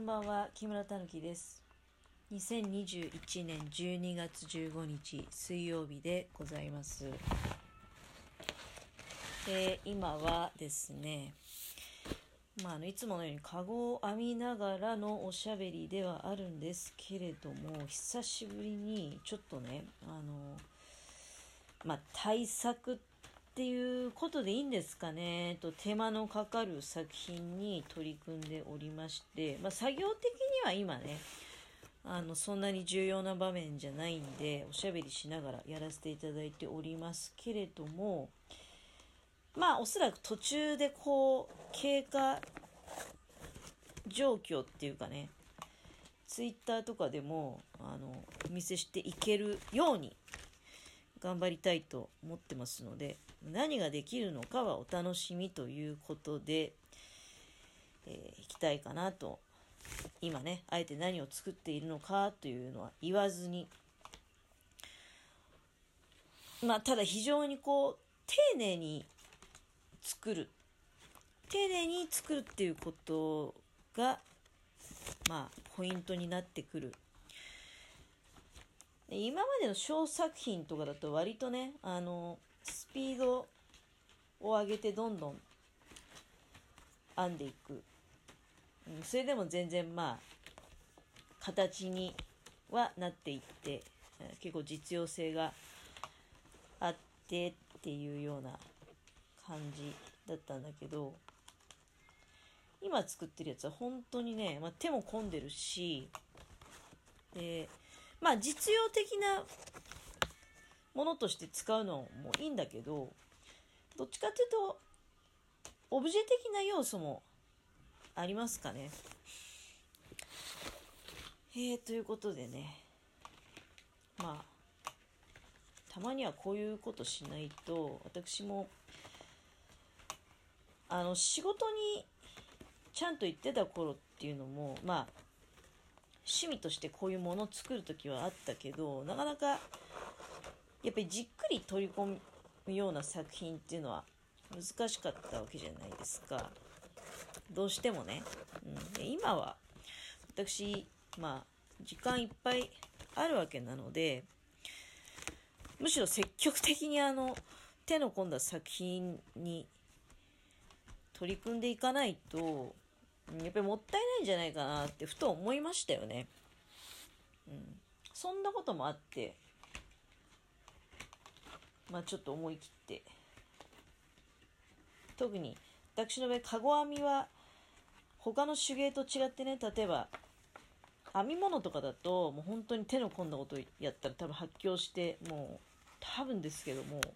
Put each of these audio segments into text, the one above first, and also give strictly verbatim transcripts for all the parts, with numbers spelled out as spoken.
んばんは、木村たぬきです。にせんにじゅういちねんじゅうにがつじゅうごにち水曜日でございます。で、今はですね、まあ、あのいつものようにカゴを編みながらのおしゃべりではあるんですけれども、久しぶりにちょっとね、あの、まあ、対策っていうことでいいんですかね、と手間のかかる作品に取り組んでおりまして、まあ、作業的には今ね、あのそんなに重要な場面じゃないんでおしゃべりしながらやらせていただいておりますけれども、まあおそらく途中でこう経過状況っていうかね、ツイッターとかでもあのお見せしていけるように頑張りたいと思ってますので、何ができるのかはお楽しみということで、えー、いきたいかなと。今ね、あえて何を作っているのかというのは言わずに、まあただ非常にこう丁寧に作る丁寧に作るっていうことがまあポイントになってくる。今までの小作品とかだと割とね、あのスピードを上げてどんどん編んでいく、それでも全然まあ形にはなっていって、結構実用性があってっていうような感じだったんだけど、今作ってるやつは本当にね、まあ、手も込んでるし、でまあ実用的なものとして使うのもいいんだけど、どっちかっていうとオブジェ的な要素もありますかね。えー、ということでね、まあたまにはこういうことしないと、私もあの仕事にちゃんと行ってた頃っていうのも、まあ趣味としてこういうものを作る時はあったけど、なかなかやっぱりじっくり取り込むような作品っていうのは難しかったわけじゃないですか、どうしてもね、うん、で今は私まあ時間いっぱいあるわけなので、むしろ積極的にあの手の込んだ作品に取り組んでいかないとやっぱりもったいないんじゃないかなってふと思いましたよね。うん、そんなこともあって、まあちょっと思い切って、特に私の場合かご編みは他の手芸と違ってね、例えば編み物とかだともう本当に手の込んだことやったら多分発狂して、もう多分ですけども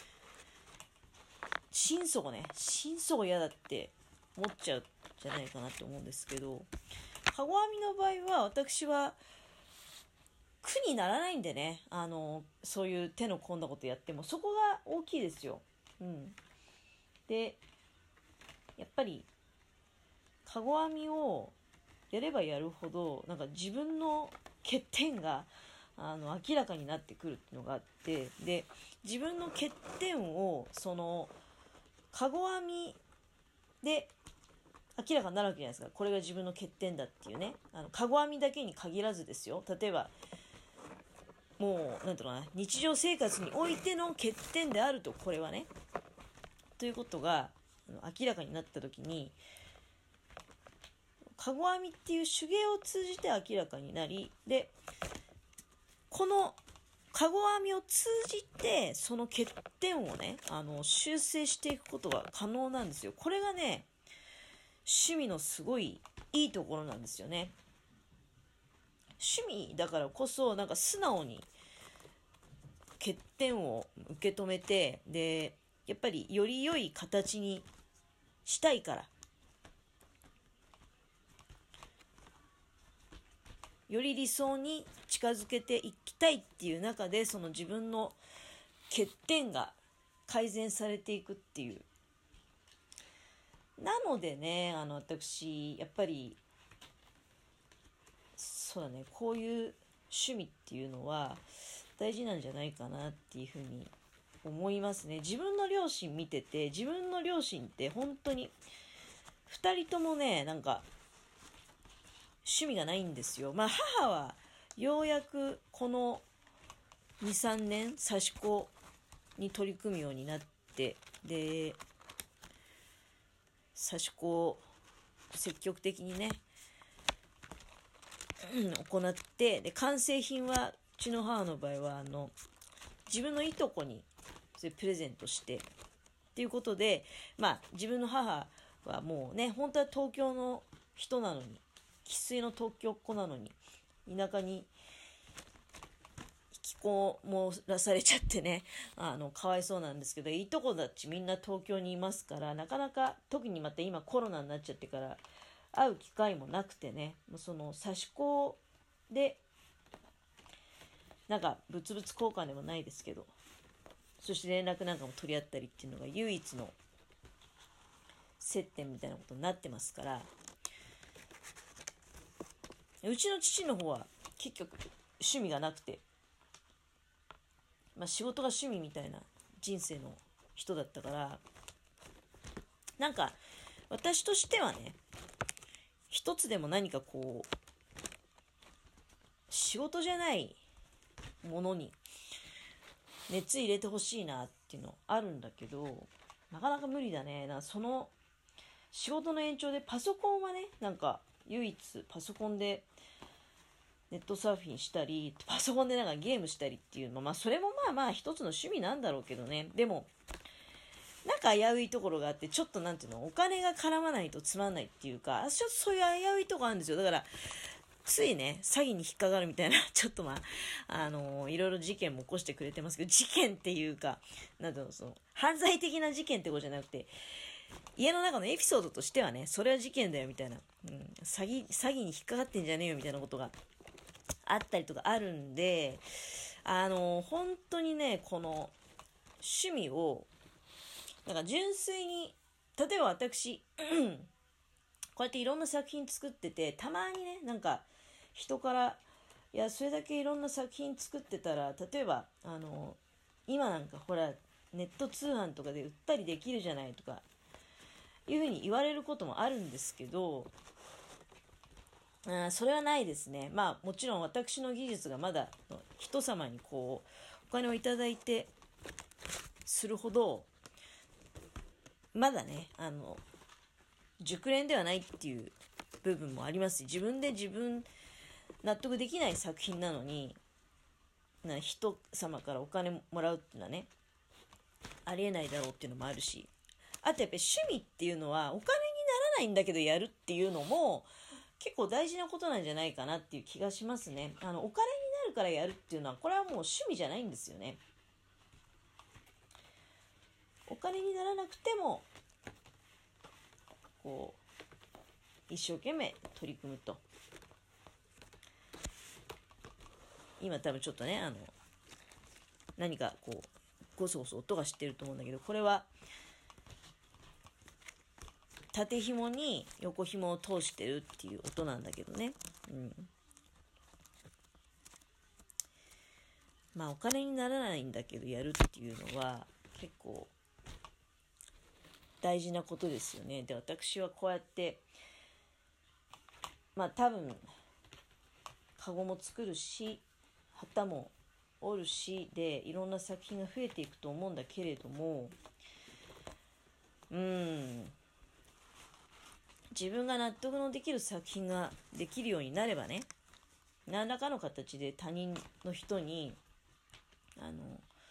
心底ね心底嫌だって思っちゃうじゃないかなって思うんですけど、かご編みの場合は私は苦にならないんでね、あのそういう手の込んだことやってもそこが大きいですよ。うん、でやっぱりかご編みをやればやるほどなんか自分の欠点があの明らかになってくるっていうのがあって、で自分の欠点をそのかご編みで明らかになるわけじゃないですか。これが自分の欠点だっていうね、あのかご編みだけに限らずですよ。例えばもうなんていうのかな、日常生活においての欠点であると、これはねということが明らかになった時に、かご編みっていう手芸を通じて明らかになり、でこのかご編みを通じてその欠点をね、あの修正していくことが可能なんですよ。これがね趣味のすごいいいところなんですよね。趣味だからこそなんか素直に欠点を受け止めて、でやっぱりより良い形にしたいから、より理想に近づけていきたいっていう中で、その自分の欠点が改善されていくっていう。なのでね、あの私やっぱりそうだね、こういう趣味っていうのは大事なんじゃないかなっていうふうに思いますね。自分の両親見てて、自分の両親って本当にふたりともね、なんか趣味がないんですよ。まあ母はようやくこのに、さんねん刺し子に取り組むようになって、で刺し子を積極的にね行って、で完成品はうちの母の場合はあの自分のいとこにそれプレゼントしてっていうことで、まあ自分の母はもうね本当は東京の人なのに、生粋の東京っ子なのに田舎に引きこもらされちゃってね、あのかわいそうなんですけど、いとこたちみんな東京にいますから、なかなか特にまた今コロナになっちゃってから会う機会もなくてね、その刺し子でなんか物々交換でもないですけど、そして連絡なんかも取り合ったりっていうのが唯一の接点みたいなことになってますから、うちの父の方は結局趣味がなくて、まあ、仕事が趣味みたいな人生の人だったから、なんか私としてはね、一つでも何かこう仕事じゃないものに熱入れてほしいなっていうのあるんだけど、なかなか無理だね。なその仕事の延長でパソコンはね、なんか唯一パソコンでネットサーフィンしたり、パソコンでなんかゲームしたりっていうの、まあそれもまあまあ一つの趣味なんだろうけどね。でもなんか危ういところがあって、ちょっとなんていうの、お金が絡まないとつまんないっていうか、ちょっとそういう危ういとこあるんですよ。だからついね詐欺に引っかかるみたいなちょっとまああのー、いろいろ事件も起こしてくれてますけど、事件っていうかなんていうの、その犯罪的な事件ってことじゃなくて、家の中のエピソードとしてはね、それは事件だよみたいな、うん、詐欺詐欺に引っかかってんじゃねえよみたいなことがあったりとかあるんで、あのー、本当にね、この趣味をなんか純粋に、例えば私こうやっていろんな作品作ってて、たまにねなんか人からいやそれだけいろんな作品作ってたら、例えばあの今なんかほらネット通販とかで売ったりできるじゃないとかいうふうに言われることもあるんですけど、あそれはないですね。まあもちろん私の技術がまだ人様にこうお金をいただいてするほどまだねあの熟練ではないっていう部分もありますし、自分で自分納得できない作品なのにな人様からお金もらうっていうのはねありえないだろうっていうのもあるし、あとやっぱり趣味っていうのはお金にならないんだけどやるっていうのも結構大事なことなんじゃないかなっていう気がしますね。あのお金になるからやるっていうのはこれはもう趣味じゃないんですよね。お金にならなくてもこう一生懸命取り組むと、今多分ちょっとねあの何かこうゴソゴソ音がしてると思うんだけど、これは縦紐に横紐を通してるっていう音なんだけどね、うん、まあお金にならないんだけどやるっていうのは結構大事なことですよね。で私はこうやってまあ多分カゴも作るし旗も折るしでいろんな作品が増えていくと思うんだけれども、うーん自分が納得のできる作品ができるようになればね、何らかの形で他人の人にあの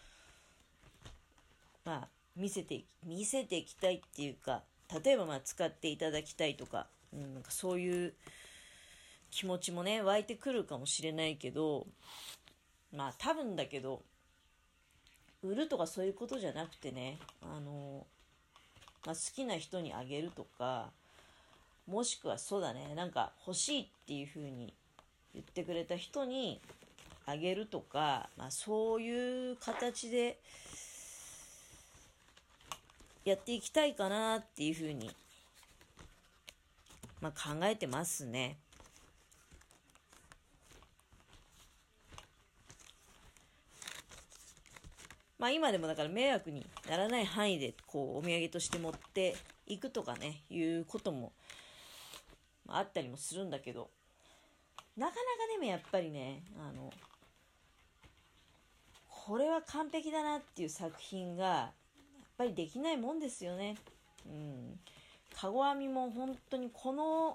まあ見せて見せていきたいっていうか、例えばまあ使っていただきたいとか、うん、なんかそういう気持ちもね湧いてくるかもしれないけど、まあ多分だけど売るとかそういうことじゃなくてね、あの、まあ、好きな人にあげるとか、もしくはそうだね、なんか欲しいっていう風に言ってくれた人にあげるとか、まあ、そういう形でやっていきたいかなっていう風に、まあ、考えてますね。まあ今でもだから迷惑にならない範囲でこうお土産として持っていくとかねいうこともあったりもするんだけど、 なかなかでもやっぱりね、あのこれは完璧だなっていう作品がやっぱりできないもんですよね。うん。かご編みも本当にこの、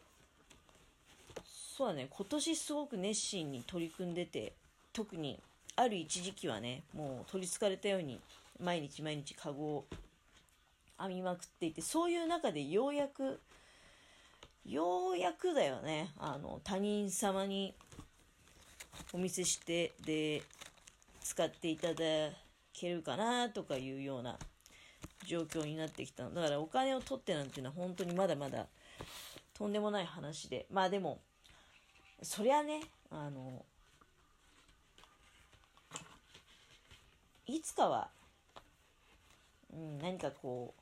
そうだね、今年すごく熱心に取り組んでて、特にある一時期はね、もう取りつかれたように毎日毎日かごを編みまくっていて、そういう中でようやくようやくだよね、あの他人様にお見せしてで使っていただけるかなとかいうような状況になってきたのだから、お金を取ってなんていうのは本当にまだまだとんでもない話で、まあでもそりゃね、あのいつかは、うん、何かこ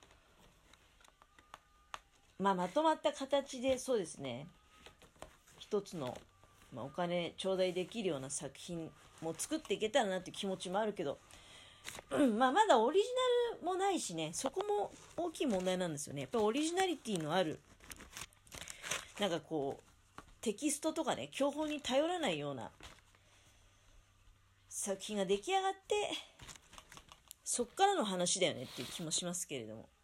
う、まあ、まとまった形でそうですね、一つの、まあ、お金頂戴できるような作品も作っていけたらなっていう気持ちもあるけど、うん、まあまだオリジナルもないしね、そこも大きい問題なんですよね。やっぱりオリジナリティのある、なんかこうテキストとかね、教本に頼らないような作品が出来上がって、そっからの話だよねっていう気もしますけれども、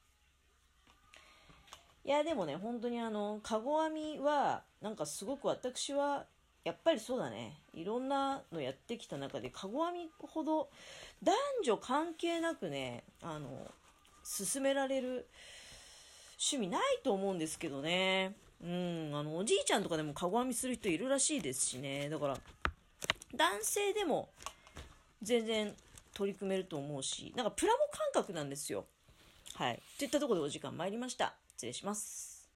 いやでもね、本当にあのかご編みはなんかすごく私はやっぱりそうだね、いろんなのやってきた中でかご編みほど男女関係なくね、あの進められる趣味ないと思うんですけどね。うん、あのおじいちゃんとかでもかご編みする人いるらしいですしね。だから男性でも全然取り組めると思うし、なんかプラモ感覚なんですよ。はい。といったところでお時間参りました。失礼します。